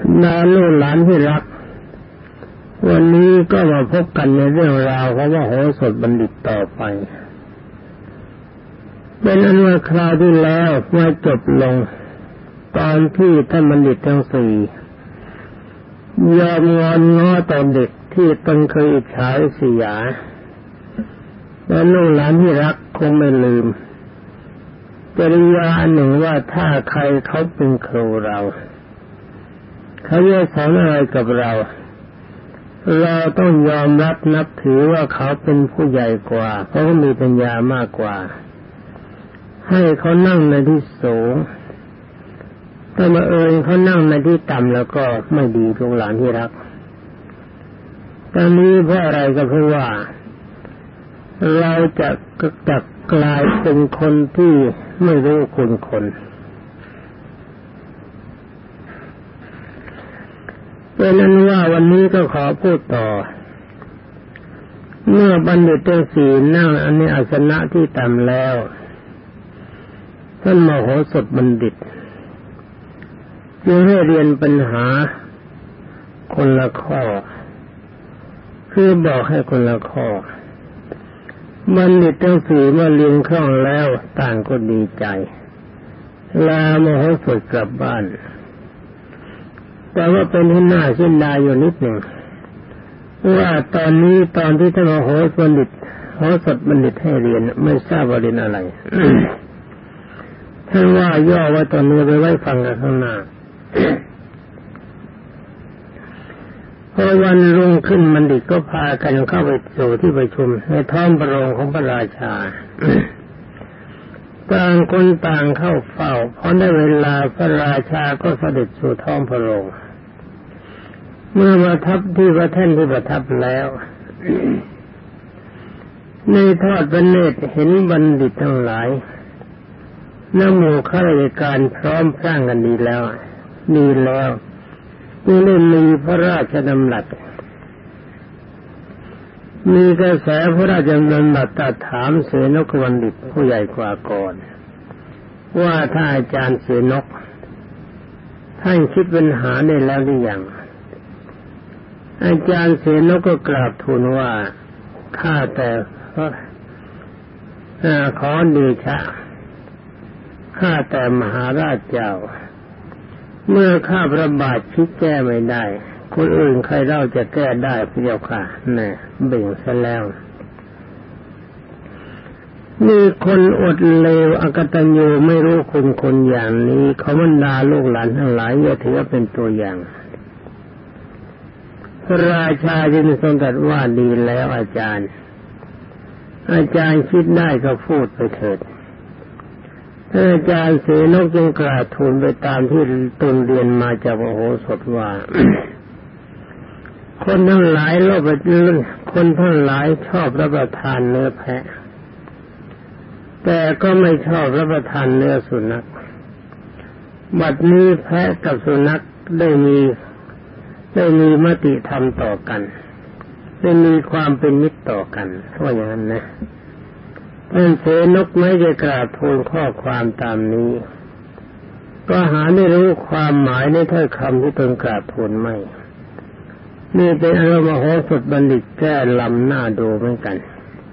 นาลูกหลานที่รักวันนี้ก็มาพบกันในเรื่องราวของมโหสถบัณฑิตต่อไปเป็นอันว่าคราวที่แล้วมาจบลงตอนที่ท่านบัณฑิตทั้งสี่ยอมงอนง้อตอนเด็กที่ตนเคยอิจฉาริษยาและลูกหลานที่รักคงไม่ลืมจริยาอันหนึ่งว่าถ้าใครเขาเป็นครูเราเขาจะสอนอะไรกับเราต้องยอมรับนับถือว่าเขาเป็นผู้ใหญ่กว่าเขามีปัญญามากกว่าให้เขานั่งในที่สูงถ้ามาเขานั่งในที่ต่ำแล้วก็ไม่ดีลูกหลานที่รักตอนนี้เพราะอะไรก็เพราะว่าเราจะกลายเป็นคนที่ไม่รู้คุณคนเป็นนั้นว่าวันนี้ก็ขอพูดต่อเมื่อบัณฑิตทั้งสี่นั่งอันนี้อาสนะที่ต่ำแล้วท่านมโหสถบัณฑิตจึงให้เรียนปัญหาคนละข้อคือบอกให้คนละข้อบัณฑิตทั้งสี่เมื่อเรียนคล่องแล้วต่างก็ดีใจลามโหสถกลับบ้านแต่ว่าเป็นที่น่าเสียดายอยู่นิดหนึ่งว่าตอนนี้ตอนที่ท่านมโหสถบัณฑิตให้เรียนไม่ทราบว่าเรียนอะไร ท่านว่าย่อว่าตอนนี้ไปไว้ฟังกันข้างหน้า พอวันรุ่งขึ้นบัณฑิตก็พากันเข้าไปสู่ที่ประชุมในท้องพระโรงของพระราชา ต่างคนต่างเข้าเฝ้าพอได้เวลาพระราชาก็เสด็จสู่ท้องพระโรงเมื่อมาทับที่พระแท่นที่ประทับแล้ว ในทอดพระเนตรเห็นบัณฑิตทั้งหลายนั่งหมู่ข้าราชการพร้อมพรั่งกันดีแล้วจึงได้มีพระราชดำรัสมีกระแสพระราชดำรัสตรัสถามเสนกบัณฑิตผู้ใหญ่กว่าก่อนว่าถ้าอาจารย์เสนกท่านคิดปัญหาได้แล้วหรือยังอาจารย์เสนกก็กราบทูลว่าข้าแต่ขอเดชะข้าแต่มหาราชเจ้าเมื่อข้าพระบาทคิดแก้ไม่ได้คนอื่นใครเล่าจะแก้ได้พระเจ้าค่ะแน่เบ่งซะแล้วมีคนอดเลวอกตัญญูไม่รู้คุณคนอย่างนี้เขาบรรดาลูกหลานทั้งหลายอย่าถือว่าเป็นตัวอย่างพระราชาจึงทรงตรัสว่าดีแล้วอาจารย์คิดได้ก็พูดไปเถิดอาจารย์เสนกจึงกราบทูลไปตามที่ตนเรียนมาจากมโหสถว่า คนทั้งหลายคนทั้งหลายชอบรับประทานเนื้อแพะแต่ก็ไม่ชอบรับประทานเนื้อสุนัขบัดนี้แพะกับสุนัขได้มีมติธรรมต่อกันได้มีความเป็นมิตรต่อกันว่าอย่างนั้นนะท่านเสนกไม่ได้กราบทูลข้อความตามนี้ก็หาได้รู้ความหมายในถ้อยคำที่ตนกราบทูลไม่นี่เป็นอารมณ์มโหสถบัณฑิตแก้ลำหน้าดูเหมือนกัน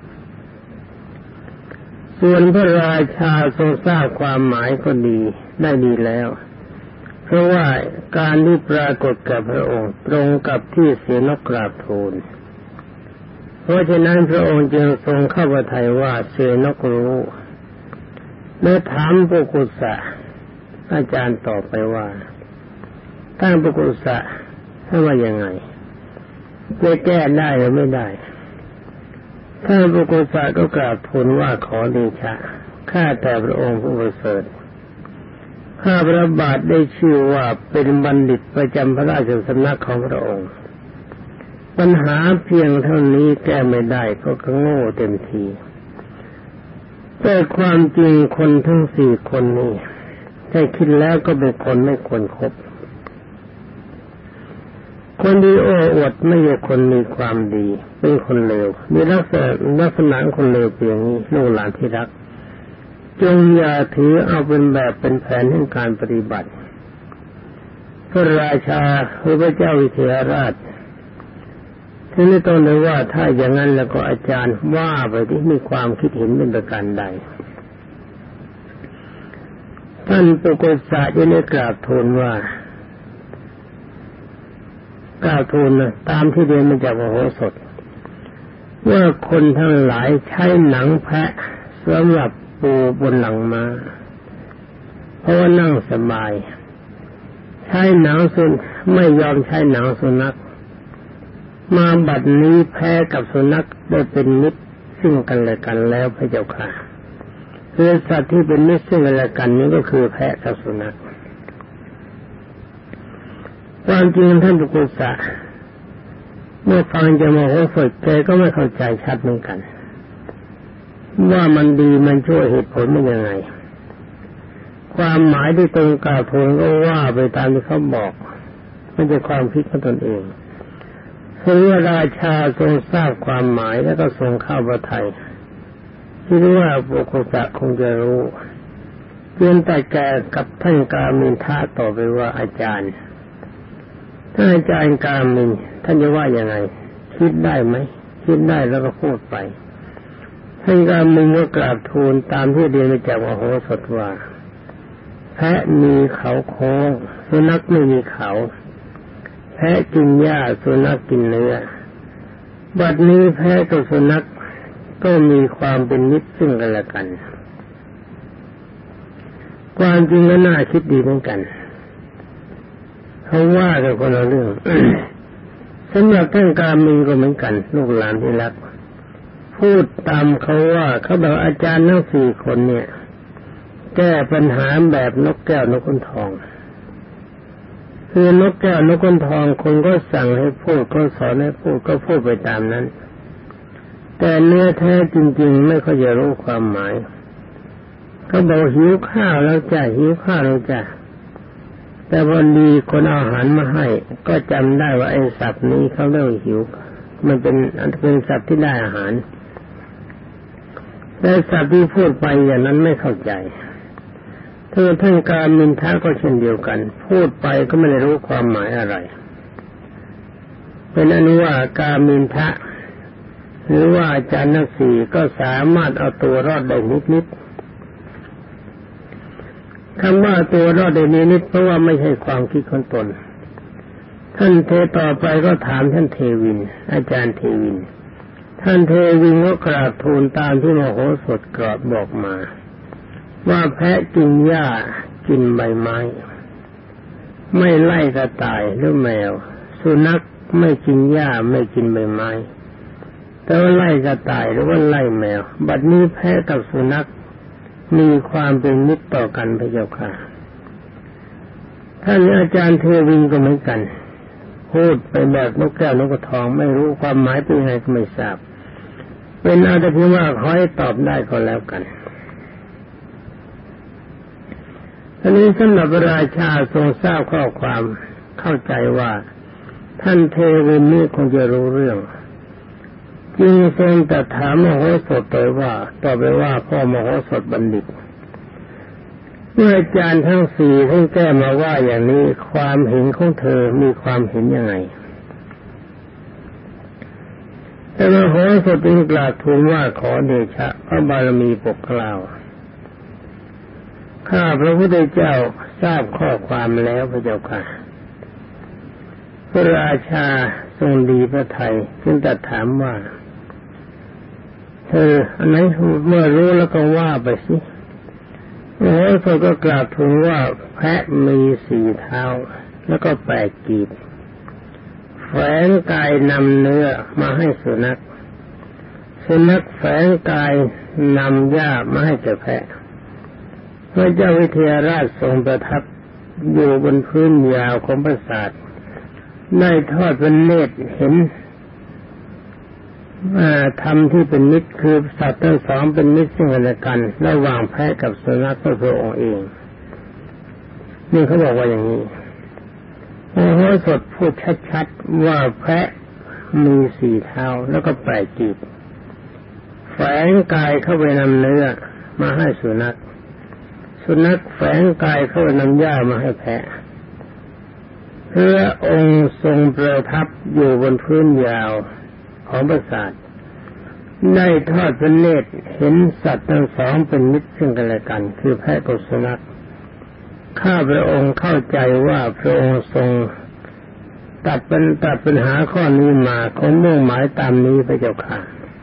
ส่วนพระราชาทรงทราบความหมายก็ดีได้ดีแล้วเพราะว่าการที่ปรากฏกับพระองค์ตรงกับที่เสนกกราบทูลเพราะฉะนั้นพระองค์จึงทรงเข้าพระทัยว่าเสนกรู้และถามปุกุสะอาจารย์ตอบไปว่าท่านปุกุสะท่านว่ายังไงจะแก้ได้หรือไม่ได้ท่านปุกุสะก็กราบทูลว่าขอเดชะข้าแต่พระองค์ผู้ประเสริฐข้าพระบาทได้ชื่อว่าเป็นบัณฑิตประจำพระราชสำนักของพระองค์ปัญหาเพียงเท่านี้แก้ไม่ได้ก็โง่เต็มทีแต่ความจริงคนทั้งสี่คนนี้ถ้าคิดแล้วก็เป็นคนไม่ควรคบคนดีโอ้อวดไม่ใช่คนมีความดีเป็นคนเลวมีลักษณะคนเลวเพียงนี้ลูกหลานที่รักจงอย่าถือเอาเป็นแบบเป็นแผนแห่งการปฏิบัติพระราชาพระเจ้าวิเทหราชทีนี้ต้องเลยว่าถ้าอย่างนั้นแล้วก็อาจารย์ว่าไปที่มีความคิดเห็นเป็นประการใดท่านปุกุสะจะได้กราบทูลว่ากราบทูลนะตามที่เรียนมาจากมโหสถว่าคนทั้งหลายใช้หนังแพะสำหรับปูบนหลังม้าเพราะว่านั่งสบายใช้หนังสุนัขไม่ยอมใช้หนังสุนัขมาบัดนี้แพะกับสุนัขได้เป็นมิตรซึ่งกันและกันแล้วพระเจ้าค่ะคือสัตว์ที่เป็นมิตรซึ่งกันและกันนี้ก็คือแพะกับสุนัขความจริงท่านปุกุสะเมื่อฟังจากมโหสถแกก็ไม่เข้าใจชัดเหมือนกันว่ามันดีมันช่วยเหตุผลมันยังไงความหมายที่ตรงกล่าวทูลก็ว่าไปตามที่เขาบอกไม่ใช่ความคิดของตนเองคือว่าราชาทรงทราบความหมายแล้วก็ทรงเข้าพระทัยคิดว่าปุกุสะคงจะรู้เพียงแต่แกกับท่านกามินทะต่อไปว่าอาจารย์ท่านอาจารย์กามินท่านจะว่ายังไงคิดได้ไหมคิดได้แล้วก็พูดไปท่านกามินก็กราบทูลตามที่เรียนมาจากมโหสถว่าแพะมีเขาโค้งสุนัขไม่มีเขาแพะกินหญ้าสุนัขกินเนื้อบัดนี้แพะกับสุนัขก็มีความเป็นมิตรซึ่งกันและกันความจริงก็น่าคิดดีเหมือนกันเขาว่ากันคนละเรื่อง สำหรับท่านกามินก็เหมือนกันลูกหลานที่รักพูดตามเขาว่าเขาบอกอาจารย์ทั้ง4 คนเนี่ยแก้ปัญหาแบบนกแก้วนกขุนทองคือนกแก้วนกขุนทองคนก็สั่งให้พูดก็สอนให้พูดก็พูดไปตามนั้นแต่เนื้อแท้จริงๆไม่ค่อยจะรู้ความหมายเขาบอกหิวข้าวแล้วจ้ะหิวข้าวแล้วจ้ะแต่พอดีคนเอาอาหารมาให้ก็จำได้ว่าไอ้สัตว์นี้เขาเรียกหิวมันเป็นสัตว์ที่ได้อาหารแต่สัตว์ที่พูดไปอย่างนั้นไม่เข้าใจท่านกามินทะก็เช่นเดียวกันพูดไปก็ไม่ได้รู้ความหมายอะไรเป็นอนุว่ากามินทะหรือว่าอาจารย์ทั้ง4ก็สามารถเอาตัวรอดได้นิดๆคำว่าตัวรอดได้นิดๆเพราะว่าไม่ใช่ความคิดของตนท่านเทต่อไปก็ถามท่านเทวินอาจารย์เทวินท่านเทวินก็กราบทูลตามที่มโหสถกราบบอกมาว่าแพะกินหญ้ากินใบไม้ไม่ไล่กระต่ายหรือแมวสุนัขไม่กินหญ้าไม่กินใบไม้แต่ว่าไล่กระต่ายหรือว่าไล่แมวบัดนี้แพะกับสุนัขมีความเป็นมิตรต่อกันพระเจ้าค่ะท่านอาจารย์เทวินก็เหมือนกันพูดไปแบบนกแก้วนกกระทองไม่รู้ความหมายเป็นยังไงก็ไม่ทราบเป็นเอาแต่เพียงว่าขอให้ตอบได้ก็แล้วกันอันนี้สำหรับราชาทรงทราบข้อความเข้าใจว่าท่านเทวินนี้คงจะรู้เรื่องจึงทรงตรัสถามมโหสถต่อไปว่าพ่อมโหสถบัณฑิตเมื่ออาจารย์ทั้ง4ท่านแก้มาว่าอย่างนี้ความเห็นของเธอมีความเห็นยังไงแต่มโหสถจึงกราบทูลว่าขอเดชะพระบารมีปกเกล้าข้าพระพุทธเจ้าทราบข้อความแล้วพระเจ้าค่ะพระราชาทรงดีพระทัยจึงตรัสถามว่าเธออันไหนเมื่อรู้แล้วก็ว่าไปสิโอ้โหก็กราบทูลว่าแพะมี4 เท้าแล้วก็8 กีบแฝงกายนำเนื้อมาให้สุนัขแฝงกายนำหญ้ามาให้แก่แพะพระเจ้าวิเทหราชทรงประทับอยู่บนพื้นยาวของปราสาทได้ทอดพระเนตรเห็นธรรมที่เป็นมิตรคือสัตว์ทั้งสองเป็นมิตรซึ่งกันและกันระหว่างแพะกับสุนัขพระองค์เองนี่เขาบอกว่าอย่างนี้มโหสถพูดชัดๆว่าแพะมี4 เท้าแล้วก็8 กีบแฝงกายเข้าไปนำเนื้อมาให้สุนัขแฝงกายเข้าไปนำหญ้ามาให้แพะพระองค์ทรงประทับอยู่บนพื้นยาวของปราสาทได้ทอดพระเนตรเห็นสัตว์ทั้งสองเป็นมิตรซึ่งกันและกันคือแพะกับสุนัขข้าพระองค์เข้าใจว่าพระองค์ทรงตัดปัญหาข้อนี้มาคงมุ่งหมายตามนี้พระเจ้าค่ะ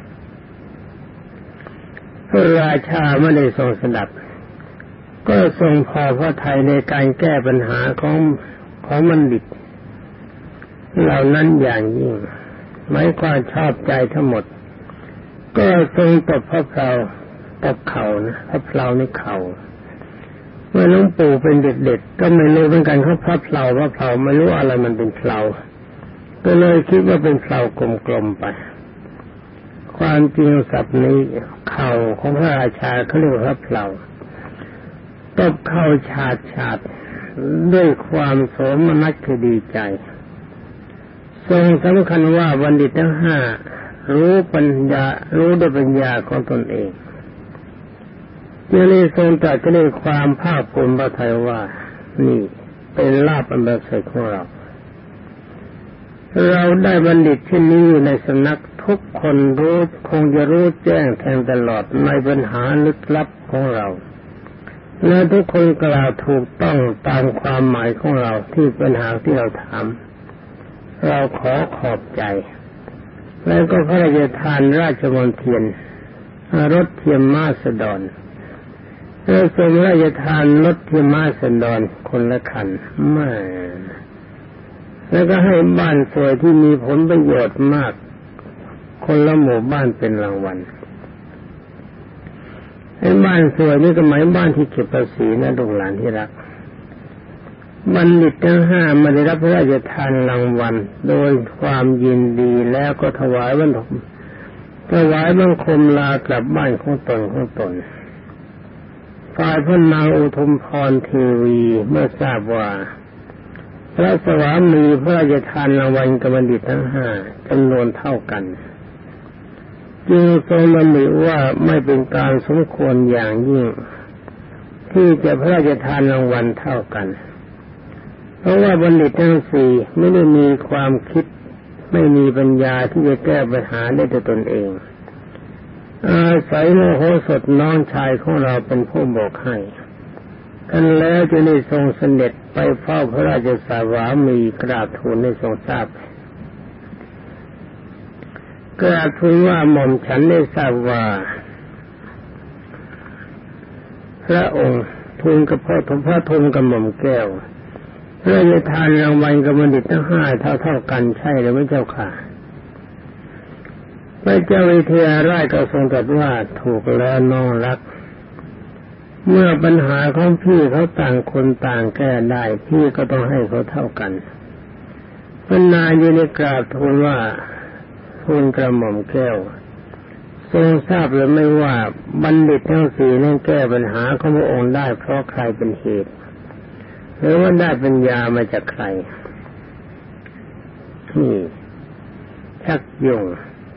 พระราชาไม่ได้ทรงสดับก็ทรงพอพระทัยในการแก้ปัญหาของบัณฑิตเหล่านั้นอย่างยิ่งไม่ความชอบใจทั้งหมดก็ทรงตบพระเพลาตบเข่านะพระเพลาในเข่าเมื่อหลวงปู่เป็นเด็กๆก็ไม่รู้เหมือนกันเขาพระเพลาไม่รู้อะไรมันเป็นเพลาก็เลยคิดว่าเป็นเพลากลมๆไปความจริงศัพท์นี้เข่าของพระราชาเขาเรียกว่าพระเพลาตบเข่าฉาดด้วยความโสมนัสคือดีใจทรงสำคัญว่าบัณฑิตทั้งห้ารู้ด้วยปัญญาของตนเองจึงได้ทรงตรัสก็ด้วยความภาคภูมิพระทัยว่านี่เป็นลาภอันประเสริฐของเราได้บัณฑิตที่นี้อยู่ในสำนักทุกคนรู้คงจะรู้แจ้งแทงตลอดในปัญหาลึกลับของเราและทุกคนกล่าวถูกต้องตามความหมายของเราที่ปัญหาที่เราถามเราขอขอบใจแล้วก็พระราชทานราชมนเทียนรถเทียมมาสดรแล้วทรงพระราชทานรถเทียมมาสดรคนละคันมาแล้วก็ให้บ้านสวยที่มีผลประโยชน์มากคนละหมู่บ้านเป็นรางวัลไอ้บ้านสวยนี่ก็หมายบ้านที่เก็บภาษีนะลูกหลานที่รักบัณฑิตทั้งห้ามาได้รับพระราชทานรางวัลโดยความยินดีแล้วก็ถวายบังคมลากลับบ้านของตนฝ่ายพระนางอุทุมพรเทวีเมื่อทราบว่าพระสวามีพระราชทานรางวัลกับบัณฑิตทั้งห้าจำนวนเท่ากันจึงทรงดำริว่าไม่เป็นการสมควรอย่างยิ่งที่จะพระราชทานรางวัลเท่ากันเพราะว่าบัณฑิตทั้งสี่ไม่ได้มีความคิดไม่มีปัญญาที่จะแก้ปัญหาได้ด้วยตนเองอาศัยโมโหสถน้องชายของเราเป็นผู้บอกให้กันแล้วจึงได้ทรงเสด็จไปเฝ้าพระราชสวามีกราบทูลให้ทรงทราบกราบทูลว่าหม่อมฉันได้ทราบว่าพระองค์ทูลกับพระทูลกับหม่อมแก้วพระราชทานรางวัลกับบัณฑิตทั้งห้าเท่ากันใช่หรือไม่เจ้าค่ะพระเจ้าวิเทหราชก็ทรงตรัสว่าถูกแล้วน้องรักเมื่อปัญหาของพี่เขาต่างคนต่างแก้ได้พี่ก็ต้องให้เขาเท่ากันพระนางอยู่ในกราบทูลว่าทูลกระหม่อมแก้วทรงทราบหรือไม่ว่าบัณฑิตทั้งสี่นั้นแก้ปัญหาของพระองค์ได้เพราะใครเป็นเหตุหรือว่าได้ปัญญามาจากใครนี่ชักยง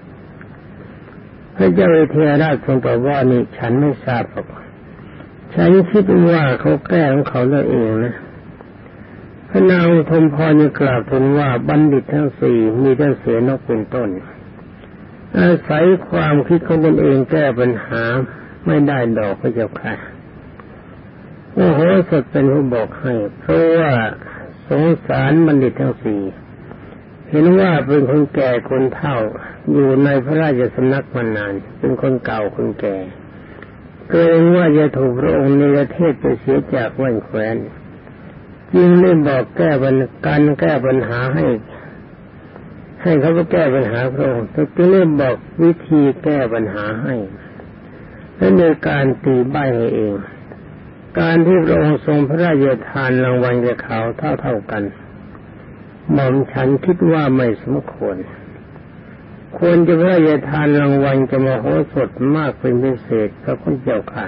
พระเจ้าวิเทหราชทรงตรัสว่านี่ฉันไม่ทราบหรอกฉันคิดว่าเขาแก้ของเขาเองนะพระนางอุทุมพรกล่าวทูลว่าบัณฑิตทั้งสี่มีท่านเสนกเป็นต้นอาศัยความคิดของตนเองแก้ปัญหาไม่ได้ดอกพระเจ้าค่ะโอ้โหสดเป็นผู้บอกให้เพราะว่าสงสารบัณฑิตทั้งสี่เห็นว่าเป็นคนแก่คนเฒ่าอยู่ในพระราชสำนักมานานเป็นคนเก่าคนแก่เกรงว่าจะถูกพระองค์ในประเทศไปเสียจากแว่นแคว้นจึงได้บอกการแก้ปัญหาให้เขาไปแก้ปัญหาพระองค์จึงได้บอกวิธีแก้ปัญหาให้และในการตีใบให้เองการที่พระองค์ทรงพระราชทานรางวัลแก่เขาเท่ากันหม่อมฉันคิดว่าไม่สมควรจะพระราชทานรางวัลจะมโหสถมากเป็นพิเศษพระคุณเจ้าค่ะ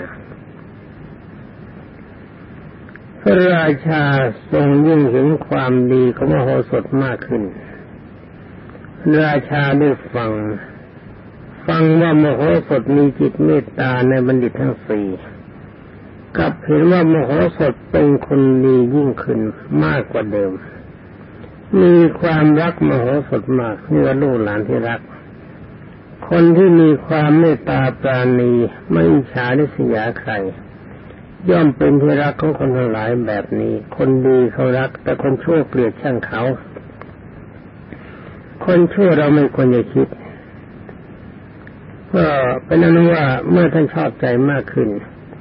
พระราชาทรงยิ่งเห็นความดีของมโหสถมากขึ้นราชาได้ฟังว่ามโหสถมีจิตเมตตาในบัณฑิตทั้งสี่กับเห็นว่ามโหสถเป็นคนดียิ่งขึ้นมากกว่าเดิมมีความรักมโหสถมากนี่ว่าลูกหลานที่รักคนที่มีความเมตตาปราณีไม่อิจฉาริษยาใครย่อมเป็นที่รักของคนทั้งหลายแบบนี้คนดีเขารักแต่คนชั่วเกลียดช่างเขาคนชั่วเราไม่ควรจะคิดก็เป็นนั้นว่าเมื่อท่านชอบใจมากขึ้น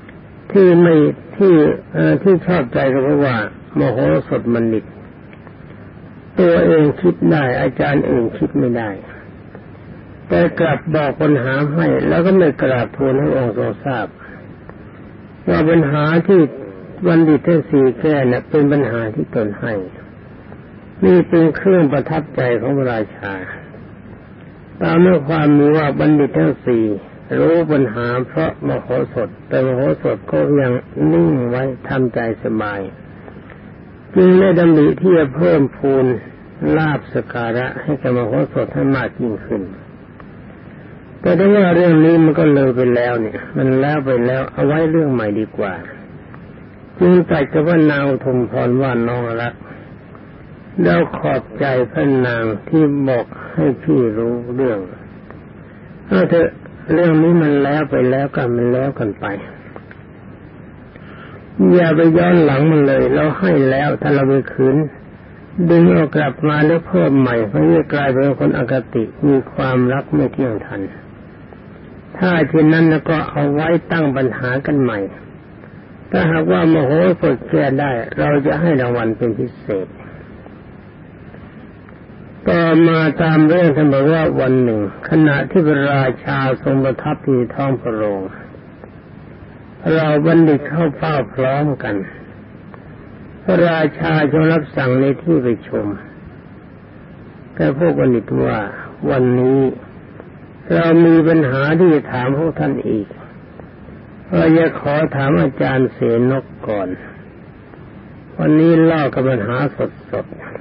ที่ชอบใจก็เพราะว่ามโหสถบัณฑิตตัวเองคิดได้อาจารย์อื่นคิดไม่ได้แต่กลับบอกปัญหาให้แล้วก็ไม่กราบทูลให้องค์ทรงทราบว่าปัญหาที่บัณฑิตทั้งสี่แก้น่ะเป็นปัญหาที่ตนให้นี่เป็นเครื่องประทับใจของพระราชาตามด้วยความมีว่าบัณฑิตทั้งสี่รู้ปัญหาเพราะมโหสถแต่มโหสถก็ยังนิ่งไว้ทำใจสบายจึงได้ดำริที่จะเพิ่มพูนลาภสการะให้กับมโหสถให้มากยิ่งขึ้นแต่ถ้าว่าเรื่องนี้มันก็เลยไปแล้วเนี่ยมันแล้วไปแล้วเอาไว้เรื่องใหม่ดีกว่าจึงตรัสกับว่านางอุทุมพรว่าน้องรักเราขอบใจพระนางที่บอกให้พี่รู้เรื่องเอาเถอะเรื่องนี้มันแล้วไปแล้วกันมันแล้วกันไปอย่าไปย้อนหลังมันเลยเราให้แล้วถ้าเราไปขืนดึงเอากลับมาแล้วเพิ่มใหม่เพราะจะกลายเป็นคนอคติมีความรักไม่เที่ยงทันถ้าเช่นนั้นแล้วก็เอาไว้ตั้งปัญหากันใหม่ถ้าหากว่ามโหสถแก้ได้เราจะให้รางวัลเป็นพิเศษต่อมาตามเรื่องท่านบอกว่าวันหนึ่งขณะที่พระราชาทรงประทับที่ท้องพระโรงเราบัณฑิตเข้าเฝ้าพร้อมกันพระราชาทรงรับสั่งในที่ประชุมแต่พวกบัณฑิตว่าวันนี้เรามีปัญหาที่จะถามพวกท่านอีกเราจะขอถามอาจารย์เสนกก่อนวันนี้เล่ากับปัญหาสดๆ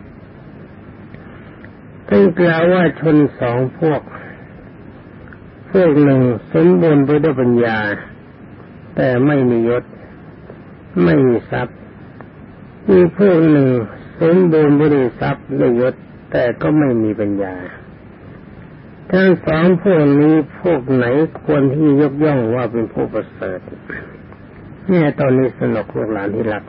ท่านกล่าวว่าชนสองพวกหนึ่งสมบูรณ์ไปด้วยปัญญาแต่ไม่มียศไม่มีทรัพย์มีพวกหนึ่งสมบูรณ์ไปด้วยทรัพย์ด้วยยศแต่ก็ไม่มีปัญญาทั้งสองพวกนี้พวกไหนควรที่ยกย่องว่าเป็นผู้ประเสริฐเนี่ยตอนนี้สนุกลูกหลานที่รัก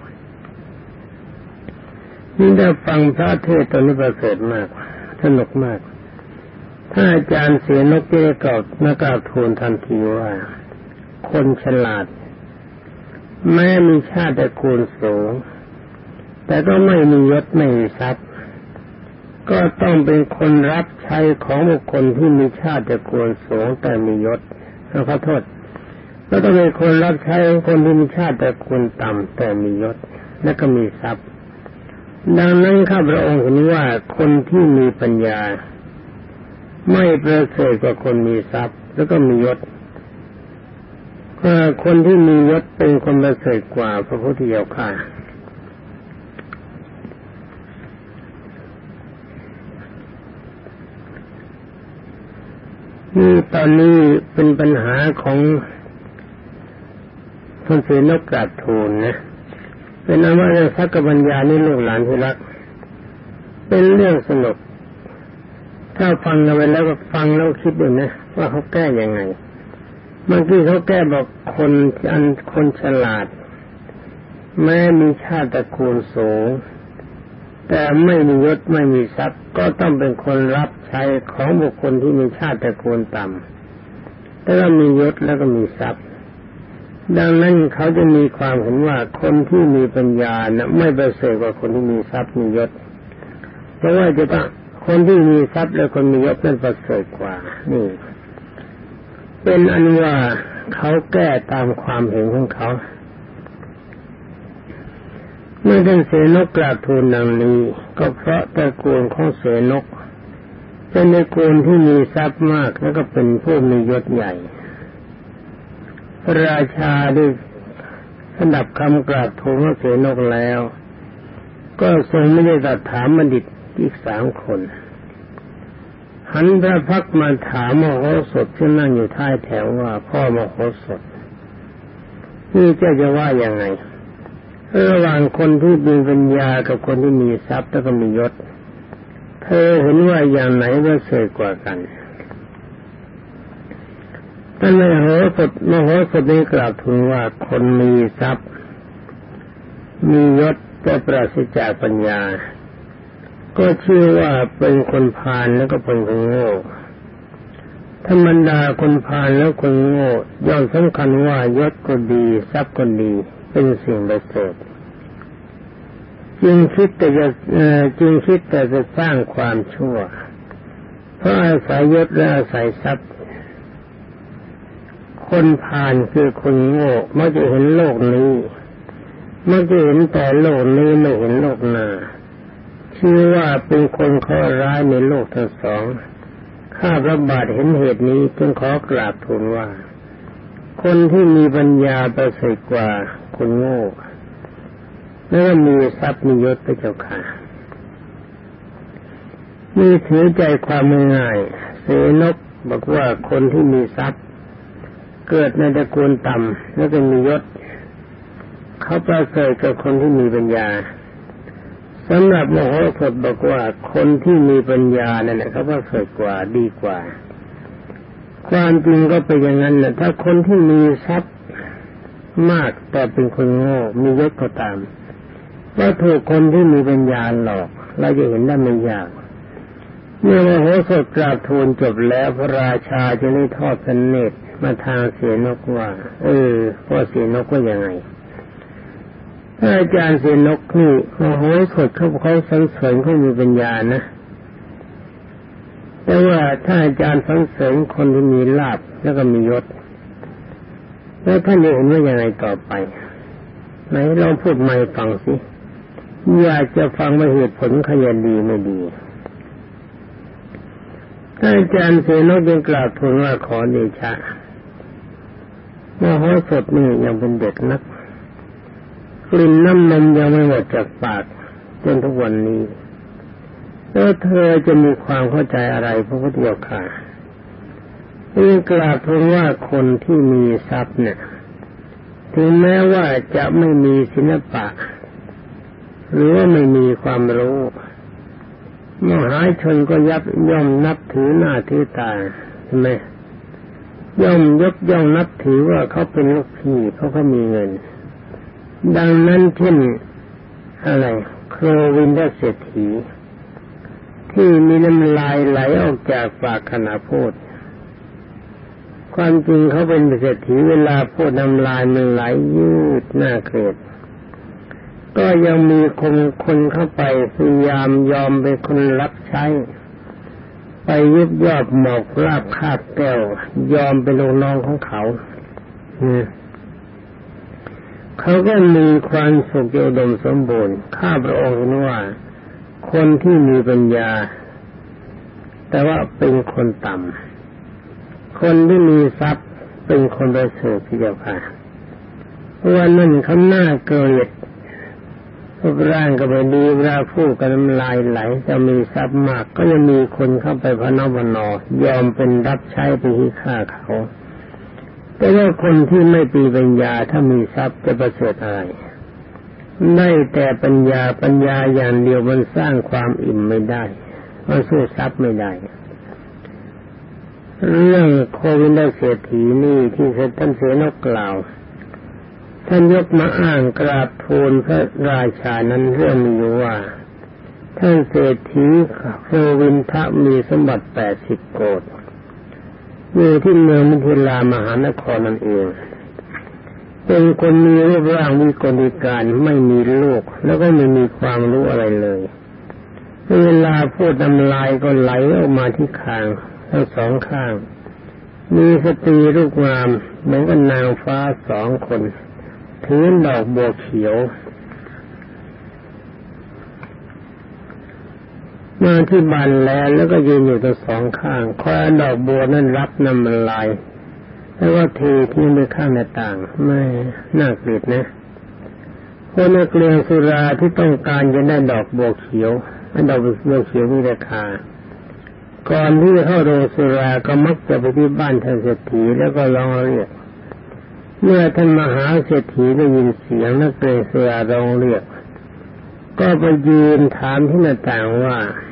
นี่ได้ฟังพระเทศน์ตอนนี้ประเสริฐมากสนุกมากถ้าอาจารย์เสนกได้กล่าวทูลทันทีว่าคนฉลาดแม้มีชาติตระกูลสูงแต่ก็ไม่มียศไม่มีทรัพย์ก็ต้องเป็นคนรับใช้ของบุคคลที่มีชาติตระกูลสูงแต่มียศขอโทษก็ต้องเป็นคนรับใช้ของคนที่มีชาติตระกูลต่ำแต่มียศและก็มีทรัพย์ดังนั้นข้าพระองค์เห็นว่าคนที่มีปัญญาไม่ประเสริฐกว่าคนมีทรัพย์แล้วก็มียศคนที่มียศเป็นคนประเสริฐกว่าพระพุทธเจ้าค่ะนี่ตอนนี้เป็นปัญหาของท่านเสนกกราบทูลนะเป็นอว่าเรื่องสักกปัญญานี่ลูกหลานที่รักเป็นเรื่องสนุกถ้าฟังกันไปแล้วก็ฟังแล้วคิดดูนะว่าเขาแก้ยังไงเมื่อกี้เขาแก้บอกคนฉลาดแม้มีชาติตระกูลสูงแต่ไม่มียศไม่มีทรัพย์ก็ต้องเป็นคนรับใช้ของบุคคลที่มีชาติตระกูลต่ำแต่ก็มียศแล้วก็มีทรัพย์ดังนั้นเขาจะมีความเห็นว่าคนที่มีปัญญานะไม่ประเสริฐกว่าคนที่มีทรัพย์มียศเพราะว่าจะต้องคนที่มีทรัพย์และคนมียศนั้นประเสริฐกว่านี่เป็นอันว่าเขาแก้ตามความเห็นของเขาเมื่อท่านเสนกกราบทูลดังนี้ก็เพราะตระกูลของเสนกเป็นตระกูลที่มีทรัพย์มากแล้วก็เป็นผู้มียศใหญ่พระราชาได้สดับคำกราบทูลของเสนกแล้วก็ทรงไม่ได้ตรัสถามบัณฑิตอีก3 คนหันพระพักมาถามมโหสถที่นั่งอยู่ท้ายแถวว่าพ่อมโหสถนี่เจ้าจะว่ายังไงระหว่างคนที่มีปัญญากับคนที่มีทรัพย์แล้วก็มียศเธอเห็นว่าอย่างไหนประเสริฐกว่ากันท่านมโหสถได้กล่าวถึงว่าคนมีทรัพย์มียศแต่ปราศจากปัญญาก็ชื่อว่าเป็นคนพาลแล้วก็เป็นคนโง่ธรรมดาคนพาลแล้วคนโง่ย่อมสำคัญว่ายศก็ดีทรัพย์ก็ดีเป็นสิ่งประเสริฐจึงคิดแต่จะสร้างความชั่วเพราะอาศัยยศและอาศัยทรัพย์คนพาลคือคนโง่มักจะเห็นโลกนี้มักจะเห็นแต่โลกนี้ไม่เห็นโลกหน้าชื่อว่าเป็นคนข้อร้ายในโลกทั้งสองข้าพระบาทเห็นเหตุนี้จึงขอกราบทูลว่าคนที่มีปัญญาประเสริฐกว่าคนโง่แล้วมีทรัพย์มียศพระเจ้าค่ะนี่ถือใจความง่ายๆเสนกบอกว่าคนที่มีทรัพย์เกิดในตระกูลต่ำแล้วก็มียศเขาประเสริฐกับคนที่มีปัญญาสำหรับมโหสถบอกว่าคนที่มีปัญญานั่นแหละเขาประเสริฐกว่าดีกว่าความจริงก็เป็นอย่างนั้นนะถ้าคนที่มีทรัพย์มากแต่เป็นคนโง่มียศก็ตามก็ถูกคนที่มีปัญญาหลอกเราจะเห็นได้ไม่ยากเมื่อมโหสถกราบทูลจบแล้วพระราชาจึงได้ทอดพระเนตรมาทางเสนกว่าพ่อเสนกว่ายังไงอาจารย์เสนกนี่มโหสถเขาสรรเสริญเขามีปัญญานะแต่ว่าถ้าอาจารย์สรรเสริญคนที่มีลาภแล้วก็มียศแล้วท่านจะเห็นว่ายังไงต่อไปไหนลองพูดใหม่ฟังสิอยากจะฟังว่าเหตุผลขยันดีไม่ดีอาจารย์เสนกยังกล่าวทูลว่าขอเดชะมโหสถนี่ยังเป็นเด็กนักกลิ่นน้ำนมยังไม่หมดจากปากจนทุกวันนี้แล้วเธอจะมีความเข้าใจอะไรพระพุทธเจ้าค่ะยังกล่าวทูลว่าคนที่มีทรัพย์เนี่ยถึงแม้ว่าจะไม่มีศิลปะหรือว่าไม่มีความรู้มหาชนก็ย่อมนับถือหน้าถือตาใช่ไหมย่อมยกย่องนับถือว่าเขาเป็นลูกพี่เพราะเขามีเงินดังนั้นเช่นอะไรโครวินทเศรษฐีที่มีน้ำลายไหลออกจากปากขณะพูดความจริงเขาเป็นเศรษฐีเวลาพูดน้ำลายมันไหลยืดน่าเกลียดก็ยังมีคนเข้าไปพยายามยอมเป็นคนรับใช้ไปยุบยอบหมอกลาบคาบแก้วยอมเป็นลูกน้องของเขาเขาก็มีความสุขอุดมสมบูรณ์ข้าพระองค์เห็นว่าคนที่มีปัญญาแต่ว่าเป็นคนต่ำคนที่มีทรัพย์เป็นคนประเสริฐที่จะผ่านเพราะว่านั่นเขาหน้าเกลียดรูปร่างก็ไม่ดีเวลาพูดกันน้ำลายไหลจะมีทรัพย์มากก็ยังมีคนเข้าไปพนยอมเป็นรับใช้ไปที่ฆ่าเขาแต่ว่าคนที่ไม่มีปัญญาถ้ามีทรัพย์จะประเสริฐอะไรได้แต่ปัญญาอย่างเดียวมันสร้างความอิ่มไม่ได้มันสู้ทรัพย์ไม่ได้เรื่องโควินทเศรษฐีนี่ที่ท่านเสนกกล่าวท่านยกมาอ้างกราบทูลพระราชานั้นเรื่องมีอยู่ว่าท่านเศรษฐีโควินทะมีสมบัติ80 โกฏอยู่ที่เมืองมิถิลามหานครนั่นเองเป็นคนมีรูปร่างวิกลวิการไม่มีลูกแล้วก็ไม่มีความรู้อะไรเลยเวลาพูดน้ำลายก็ไหลออกมาที่คางทั้งสองข้างมีสตรีรูปงามเหมือนกับนางฟ้า2 คนถือดอกบัวเขียวมาที่บานแล้วก็ยืนอยู่ทั้งสองข้างคอยดอกบัวนั้นรับน้ำลายแล้วก็เททิ้งไปข้างหน้าต่างไม่น่าเกลียดนะคนนักเรียนสุราที่ต้องการจะได้ดอกบัวเขียวดอกบัวเขียวมีราคาก่อนที่จะเข้าโรงสุราก็มักจะไปที่บ้านท่านเศรษฐีแล้วก็ร้องเรียกเมื่อท่านมหาเศรษฐีได้ยินเสียงนักเรียนสุราร้องเรียกก็ไปยืนถามที่หน้าต่างว่า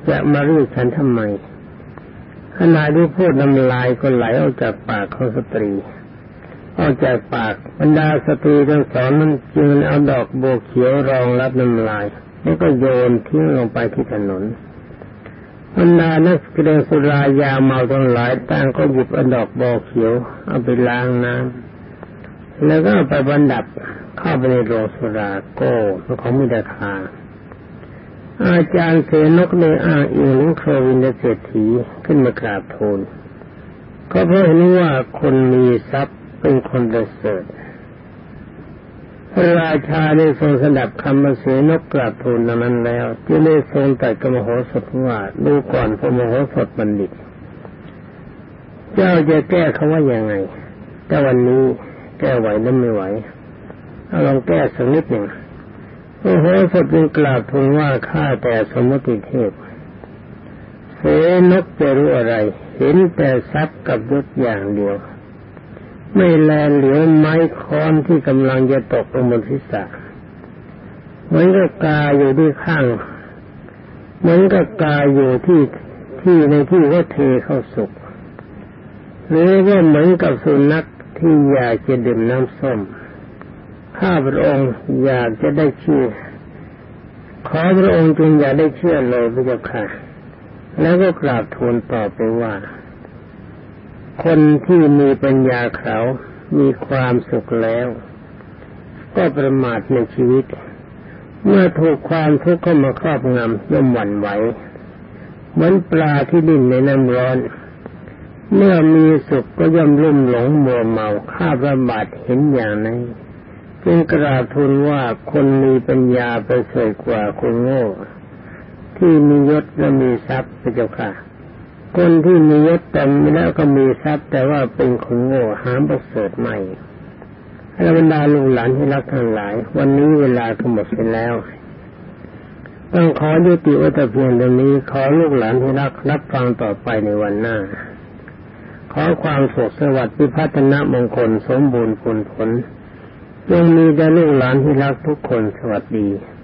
จะมาเรียกฉันทำไมขณะที่พูดน้ำลายก็ไหลออกจากปากของสตรีออกจากปากบรรดาสตรีทั้งสองนั้นจึงเอาดอกบัวเขียวรองรับน้ำลายแล้วก็โยนทิ้งลงไปที่ถนนบรรดานักแสดงสุรายาเมาทั้งหลายต่างก็หยิบเอาดอกบัวเขียวเอาไปล้างน้ำแล้วก็ไปบรรดับเข้าไปในโรงสุราโก้ของมีราคาอาจารย์เสนกได้อ้างอิงโควินเศรษฐีขึ้นมากราบทูลก็เพราะเห็นว่าคนมีทรัพย์เป็นคนประเสริฐพระราชาได้ทรงสดับคำเสนกกราบทูลนั้นแล้วจึงได้ทรงตรัสกับมโหสถว่าดูก่อนพระมโหสถบัณฑิตเจ้าจะแก้เขาว่ายังไงแต่วันนี้แก้ไหวนั้นไม่ไหวเอาลองแก้สักนิดหนึ่งโอ้โหสดจึงกราบทูลว่าข้าแต่สมมติเทพเสนกจะรู้อะไรเห็นแต่ทรัพย์กับยศอย่างเดียวไม่แลเหลียวไม้ค้อนที่กำลังจะตกลงบนศีรษะเหมือนกับกาอยู่ที่ข้างเหมือนกับกาอยู่ที่ในที่ว่าเทเข้าสุกหรือว่าเหมือนกับสุนัขที่อยากจะดื่มน้ำส้มข้าพระองค์อยากจะได้ชื่อขอพระองค์จงอย่าได้เชื่อเลยพระเจ้าค่ะแล้วก็กราบทูลต่อไปว่าคนที่มีปัญญาเขามีความสุขแล้วก็ประมาทในชีวิตเมื่อถูกความทุกข์เข้ามาครอบงำย่อมหวั่นไหวเหมือนปลาที่ดิ้นในน้ำร้อนเมื่อมีสุขก็ย่อมลุ่มหลงมัวเมาข้าพระบาทเห็นอย่างนั้นจึงกราบทูลว่าคนมีปัญญาประเสริฐกว่าคนโง่ที่มียศและมีทรัพย์พระเจ้าค่ะคนที่มียศแต่แล้วก็มีทรัพย์แต่ว่าเป็นคนโง่หาประเสริฐไม่บรรดาลูกหลานที่รักทั้งหลายวันนี้เวลาก็หมดไปแล้วต้องขอยุติไว้แต่เพียงเท่านี้ขอลูกหลานที่รักรับฟังต่อไปในวันหน้าขอความสุขสวัสดิ์พิพัฒนมงคลสมบูรณ์ผลจงมีแด่ลูกหลานที่รักทุกคนสวัสดี